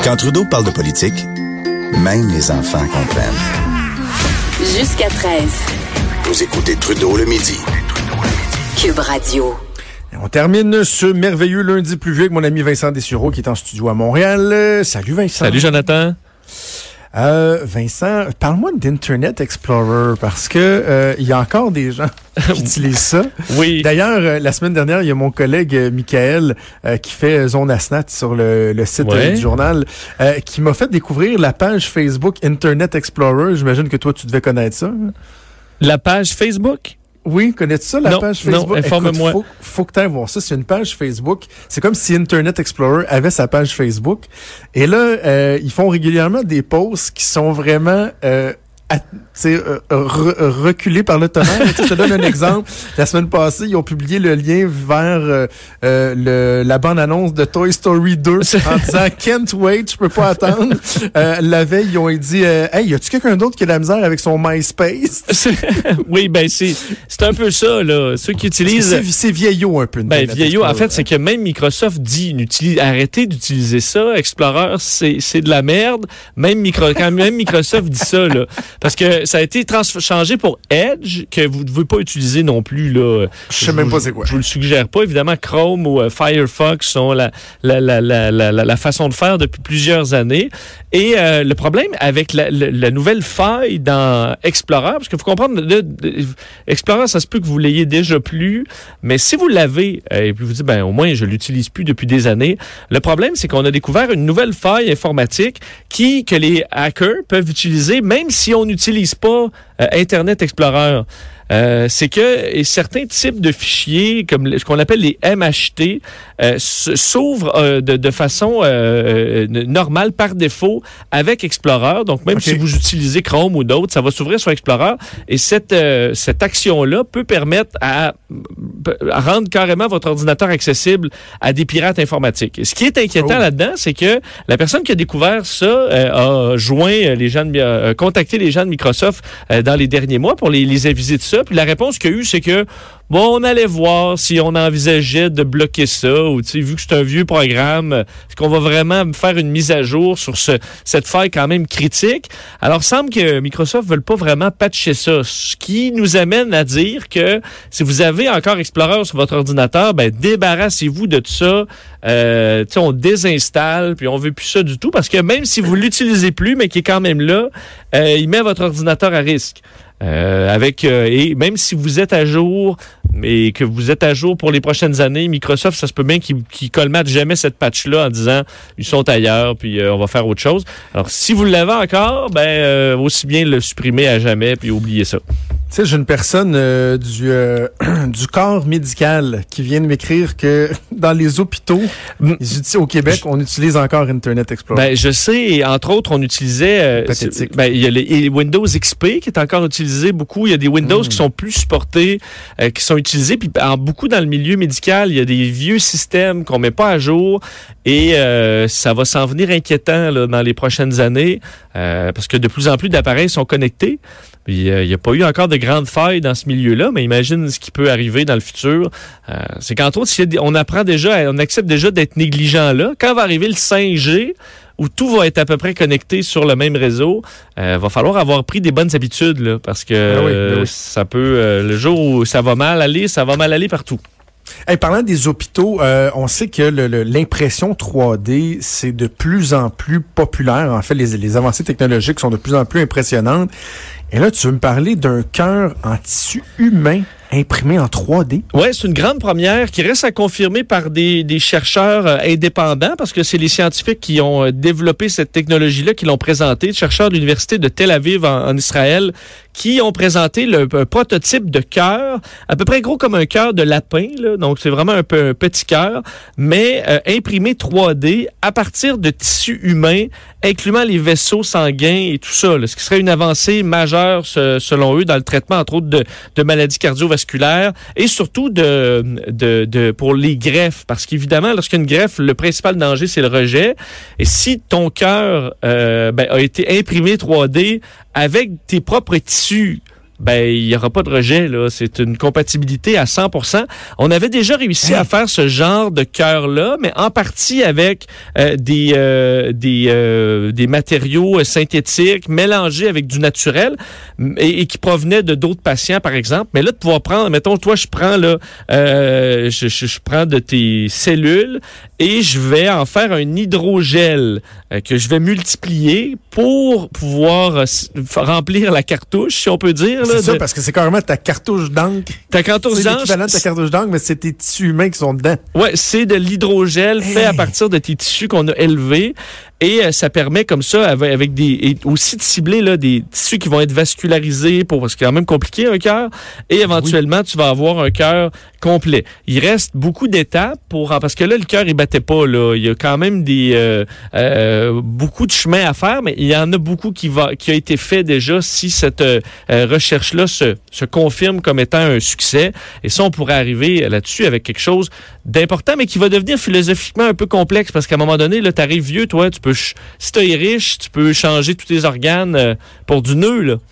Quand Trudeau parle de politique, même les enfants comprennent. Jusqu'à 13. Vous écoutez Trudeau le midi. Cube Radio. On termine ce merveilleux lundi pluvieux avec mon ami Vincent Dessureau qui est en studio à Montréal. Salut Vincent. Salut Jonathan. Vincent, parle-moi d'Internet Explorer parce que il y a encore des gens qui utilisent ça. Oui. D'ailleurs, la semaine dernière, il y a mon collègue Michael qui fait Zone Asnat sur le site du journal qui m'a fait découvrir la page Facebook Internet Explorer. J'imagine que toi, tu devais connaître ça. Hein? La page Facebook? Oui, connais-tu ça, la page Facebook? Non, informe-moi. Écoute, faut que tu ailles voir ça. C'est une page Facebook. C'est comme si Internet Explorer avait sa page Facebook. Et là, ils font régulièrement des posts qui sont vraiment reculés par le tonnerre. Je te donne un exemple. La semaine passée, ils ont publié le lien vers la bande-annonce de Toy Story 2 en disant « Can't wait, je peux pas attendre ». La veille, ils ont dit « Hey, y a-tu quelqu'un d'autre qui a de la misère avec son MySpace? » Oui, ben c'est un peu ça, là. Ceux qui utilisent... C'est vieillot un peu. Ben vieillot, en fait, c'est que même Microsoft dit arrêtez d'utiliser ça. Explorer, c'est de la merde. Quand même Microsoft dit ça, là. Parce que ça a été changé pour Edge, que vous ne devez pas utiliser non plus, là. Je sais même pas c'est quoi. Je vous le suggère pas. Évidemment, Chrome ou Firefox sont la façon de faire depuis plusieurs années. Et le problème avec la nouvelle faille dans Explorer, parce qu'il faut comprendre, Explorer, ça se peut que vous l'ayez déjà plus, mais si vous l'avez, et puis vous dites, ben au moins je l'utilise plus depuis des années, le problème, c'est qu'on a découvert une nouvelle faille informatique que les hackers peuvent utiliser, même si on n'utilise pas Internet Explorer. C'est que certains types de fichiers, comme ce qu'on appelle les MHT, s'ouvrent de façon normale par défaut avec Explorer. Donc, même si vous utilisez Chrome ou d'autres, ça va s'ouvrir sur Explorer. Et cette action-là peut permettre à rendre carrément votre ordinateur accessible à des pirates informatiques. Ce qui est inquiétant là-dedans, c'est que la personne qui a découvert ça a contacté les gens de Microsoft dans les derniers mois pour les aviser de ça. Puis la réponse qu'il y a eu, c'est que on allait voir si on envisageait de bloquer ça ou vu que c'est un vieux programme, est-ce qu'on va vraiment faire une mise à jour sur cette faille quand même critique? Alors, il semble que Microsoft ne veut pas vraiment patcher ça, ce qui nous amène à dire que si vous avez encore Explorer sur votre ordinateur, débarrassez-vous de tout ça. On désinstalle, puis on veut plus ça du tout, parce que même si vous l'utilisez plus, mais qui est quand même là, il met votre ordinateur à risque. Et même si vous êtes à jour, mais que vous êtes à jour pour les prochaines années, Microsoft, ça se peut bien qu'ils colmatent jamais cette patch-là en disant ils sont ailleurs, puis on va faire autre chose. Alors, si vous l'avez encore, aussi bien le supprimer à jamais, puis oublier ça. Tu sais, j'ai une personne du corps médical qui vient de m'écrire que dans les hôpitaux, au Québec, on utilise encore Internet Explorer. Je sais, et entre autres, on utilisait... il y a les Windows XP qui est encore utilisé beaucoup. Il y a des Windows qui sont plus supportés, qui sont utilisés. Puis beaucoup dans le milieu médical, il y a des vieux systèmes qu'on met pas à jour et ça va s'en venir inquiétant là, dans les prochaines années parce que de plus en plus d'appareils sont connectés. Il n'y a pas eu encore de grandes failles dans ce milieu-là, mais imagine ce qui peut arriver dans le futur. C'est qu'entre autres, on accepte déjà d'être négligent là. Quand va arriver le 5G, où tout va être à peu près connecté sur le même réseau, va falloir avoir pris des bonnes habitudes, là, parce que ça peut, le jour où ça va mal aller partout. Hey, parlant des hôpitaux, on sait que l'impression 3D, c'est de plus en plus populaire. En fait, les avancées technologiques sont de plus en plus impressionnantes. Et là, tu veux me parler d'un cœur en tissu humain imprimé en 3D? Oui, c'est une grande première qui reste à confirmer par des chercheurs indépendants, parce que c'est les scientifiques qui ont développé cette technologie-là, qui l'ont présentée, des chercheurs de l'Université de Tel Aviv en Israël, qui ont présenté un prototype de cœur, à peu près gros comme un cœur de lapin, là, donc c'est vraiment un petit cœur, mais imprimé 3D à partir de tissus humains, incluant les vaisseaux sanguins et tout ça, là, ce qui serait une avancée majeure, selon eux, dans le traitement, entre autres, de maladies cardiovasculaires et surtout pour les greffes. Parce qu'évidemment, lorsqu'il y a une greffe, le principal danger, c'est le rejet. Et si ton cœur a été imprimé 3D avec tes propres tissus ben il y aura pas de rejet là. C'est une compatibilité à 100%. On avait déjà réussi à faire ce genre de cœur-là, mais en partie avec des matériaux synthétiques mélangés avec du naturel et qui provenaient de d'autres patients, par exemple. Mais là, de pouvoir prendre, mettons, toi, je prends là, je prends de tes cellules et je vais en faire un hydrogel que je vais multiplier pour pouvoir remplir la cartouche, si on peut dire. C'est ça, parce que c'est carrément ta cartouche d'encre. Ta cartouche d'encre. C'est l'équivalent de ta cartouche d'encre, mais c'est tes tissus humains qui sont dedans. Ouais, c'est de l'hydrogel fait à partir de tes tissus qu'on a élevés. Et ça permet comme ça, avec et aussi de cibler là, des tissus qui vont être vascularisés, parce que c'est quand même compliqué un cœur, et éventuellement tu vas avoir un cœur complet. Il reste beaucoup d'étapes parce que là le cœur il battait pas là. Il y a quand même beaucoup de chemin à faire, mais il y en a beaucoup qui a été fait déjà si cette recherche là se confirme comme étant un succès. Et ça on pourrait arriver là-dessus avec quelque chose d'important, mais qui va devenir philosophiquement un peu complexe parce qu'à un moment donné là t'arrives vieux, toi tu peux si t'es riche, tu peux changer tous tes organes pour du nœud, là.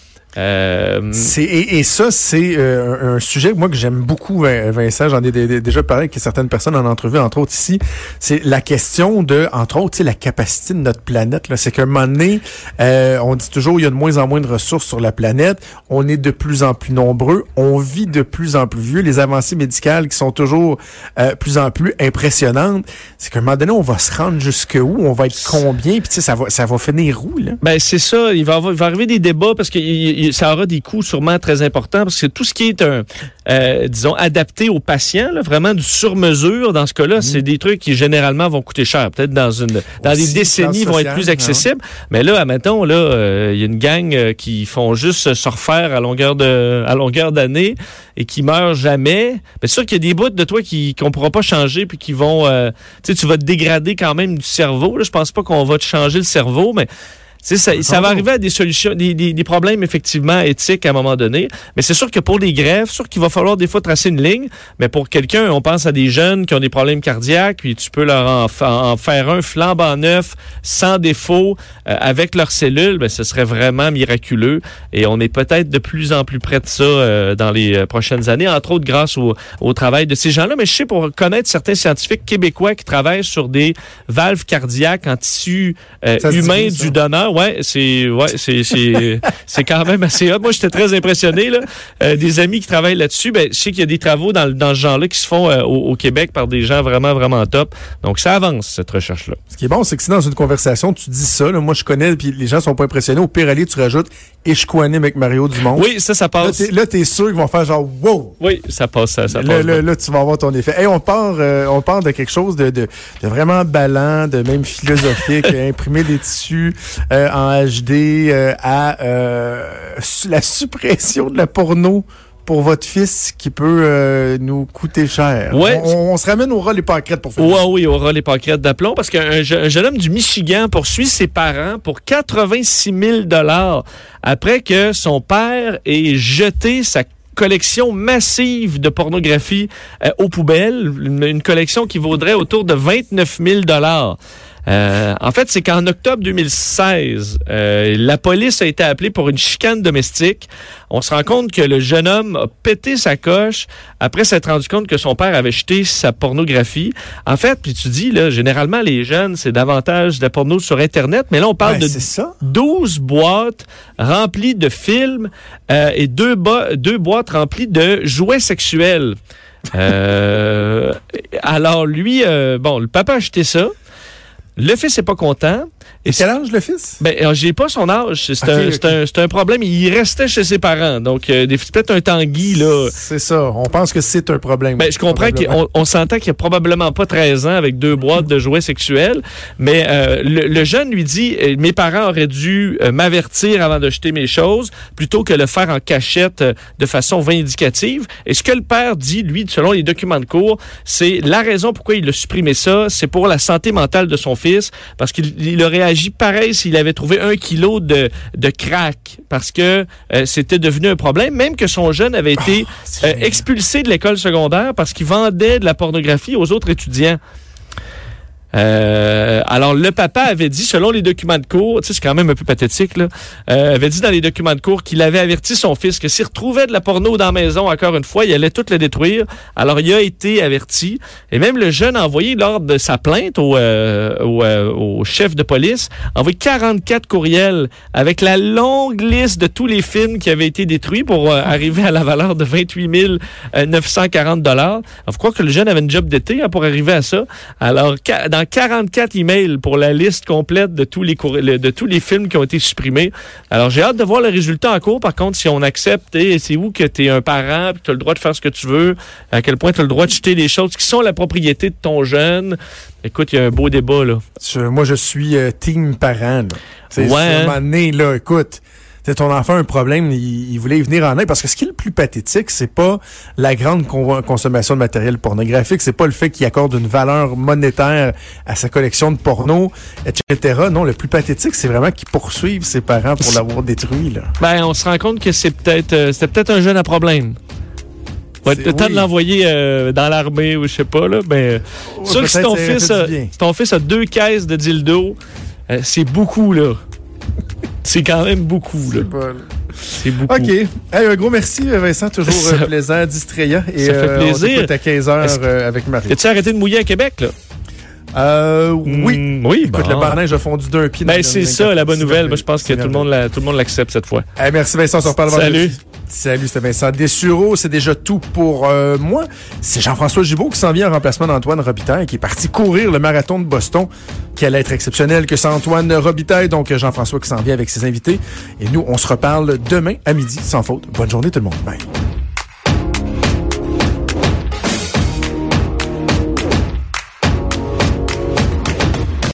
Et ça, c'est un sujet moi que j'aime beaucoup, Vincent. J'en ai déjà parlé avec certaines personnes en entrevue, entre autres ici. C'est la question de, entre autres, la capacité de notre planète. Là, c'est qu'à un moment donné, on dit toujours il y a de moins en moins de ressources sur la planète. On est de plus en plus nombreux. On vit de plus en plus vieux. Les avancées médicales qui sont toujours plus en plus impressionnantes. C'est qu'à un moment donné, on va se rendre jusqu'où? On va être combien? Puis tu sais, ça va finir où, là? Ben c'est ça. Il va arriver des débats parce que ça aura des coûts sûrement très importants parce que tout ce qui est disons adapté aux patients, là, vraiment du sur-mesure dans ce cas-là, c'est des trucs qui généralement vont coûter cher. Peut-être dans des décennies vont être plus accessibles. Mais là, admettons, là, il y a une gang qui font juste se refaire à longueur d'année et qui meurent jamais. C'est sûr qu'il y a des bouts de toi qu'on pourra pas changer puis qui vont, tu vas te dégrader quand même du cerveau. Là, je pense pas qu'on va te changer le cerveau, mais ça va arriver à des solutions, des problèmes effectivement éthiques à un moment donné. Mais c'est sûr que pour les greffes, sûr qu'il va falloir des fois tracer une ligne. Mais pour quelqu'un, on pense à des jeunes qui ont des problèmes cardiaques, puis tu peux leur en faire un flambant neuf, sans défaut, avec leurs cellules. Ben, ce serait vraiment miraculeux. Et on est peut-être de plus en plus près de ça dans les prochaines années, entre autres grâce au travail de ces gens-là. Mais je sais pour connaître certains scientifiques québécois qui travaillent sur des valves cardiaques en tissu humain du donneur. C'est quand même assez hot. Moi, j'étais très impressionné là. Des amis qui travaillent là-dessus. Ben, je sais qu'il y a des travaux dans ce genre-là qui se font au Québec par des gens vraiment, vraiment top. Donc, ça avance, cette recherche-là. Ce qui est bon, c'est que si dans une conversation, tu dis ça, là, moi, je connais, puis les gens sont pas impressionnés. Au pire aller, tu rajoutes « Et je connais avec Mario Dumont ». Oui, ça passe. Là, t'es sûr qu'ils vont faire genre « Wow ». Oui, ça passe. Ça passe. Là, tu vas avoir ton effet. Hey, on part de quelque chose de vraiment ballant, de même philosophique, imprimer des tissus en HD à la suppression de la porno pour votre fils qui peut nous coûter cher. Ouais. On se ramène au ras les pâquerettes pour finir. Oui, au ras les pâquerettes d'aplomb parce qu'un jeune homme du Michigan poursuit ses parents pour 86 000 après que son père ait jeté sa collection massive de pornographie aux poubelles, une collection qui vaudrait autour de 29 000 En fait, c'est qu'en octobre 2016, la police a été appelée pour une chicane domestique. On se rend compte que le jeune homme a pété sa coche après s'être rendu compte que son père avait jeté sa pornographie. En fait, puis tu dis, là, généralement, les jeunes, c'est davantage de la porno sur Internet, mais là, on parle de 12 boîtes remplies de films et deux boîtes remplies de jouets sexuels. Alors, lui, le papa a acheté ça. Le fils n'est pas content. Et quel âge, le fils? Ben, j'ai pas son âge. C'est un problème. Il restait chez ses parents. Donc, peut-être un Tanguy, là. C'est ça. On pense que c'est un problème. Ben, je comprends qu'on s'entend qu'il n'y a probablement pas 13 ans avec 2 boîtes de jouets sexuels. Mais le jeune lui dit, mes parents auraient dû m'avertir avant de jeter mes choses plutôt que le faire en cachette de façon vindicative. Et ce que le père dit, lui, selon les documents de cours, c'est la raison pourquoi il a supprimé ça, c'est pour la santé mentale de son fils, parce qu'il aurait agi pareil s'il avait trouvé 1 kilo de crack, parce que c'était devenu un problème, même que son jeune avait été expulsé de l'école secondaire parce qu'il vendait de la pornographie aux autres étudiants. Alors, le papa avait dit, selon les documents de cour, tu sais, c'est quand même un peu pathétique, là, avait dit dans les documents de cour qu'il avait averti son fils que s'il retrouvait de la porno dans la maison, encore une fois, il allait tout le détruire. Alors, il a été averti. Et même le jeune a envoyé, lors de sa plainte au chef de police, a envoyé 44 courriels avec la longue liste de tous les films qui avaient été détruits pour arriver à la valeur de 28 940 $. Alors, je crois que le jeune avait une job d'été pour arriver à ça. Alors, dans 44 emails pour la liste complète de tous les films qui ont été supprimés. Alors, j'ai hâte de voir le résultat en cours. Par contre, si on accepte, c'est où que tu es un parent, puis tu as le droit de faire ce que tu veux, à quel point tu as le droit de jeter les choses qui sont la propriété de ton jeune. Écoute, il y a un beau débat, là. Moi, je suis team parent, là. Ouais. À un moment donné, là, écoute, ton enfant a un problème, il voulait y venir en aide, parce que ce qui est le plus pathétique, c'est pas la grande consommation de matériel pornographique, c'est pas le fait qu'il accorde une valeur monétaire à sa collection de porno, etc. Non, le plus pathétique, c'est vraiment qu'ils poursuivent ses parents pour l'avoir détruit, là. Ben, on se rend compte que c'était peut-être un jeune à problème. Ouais, le temps de l'envoyer dans l'armée ou je sais pas, là, ben, sûr que si ton fils a 2 caisses de dildo, c'est beaucoup, là. C'est quand même beaucoup, là. C'est beaucoup. OK. Hey, un gros merci, Vincent. Toujours plaisant, distrayant. Et ça fait plaisir. On t'écoute à 15h avec Marie. As-tu arrêté de mouiller à Québec, là? Oui. Oui, écoute, le barnage a fondu d'un pied. Ben, c'est ça, la bonne nouvelle. Moi, je pense que tout le monde l'accepte cette fois. Hey, merci, Vincent. On se reparle. Salut. Salut, c'était Vincent Dessureau. C'est déjà tout pour moi. C'est Jean-François Gibault qui s'en vient en remplacement d'Antoine Robitaille, qui est parti courir le marathon de Boston, qui allait être exceptionnel que c'est Antoine Robitaille. Donc, Jean-François qui s'en vient avec ses invités. Et nous, on se reparle demain à midi, sans faute. Bonne journée tout le monde. Bye.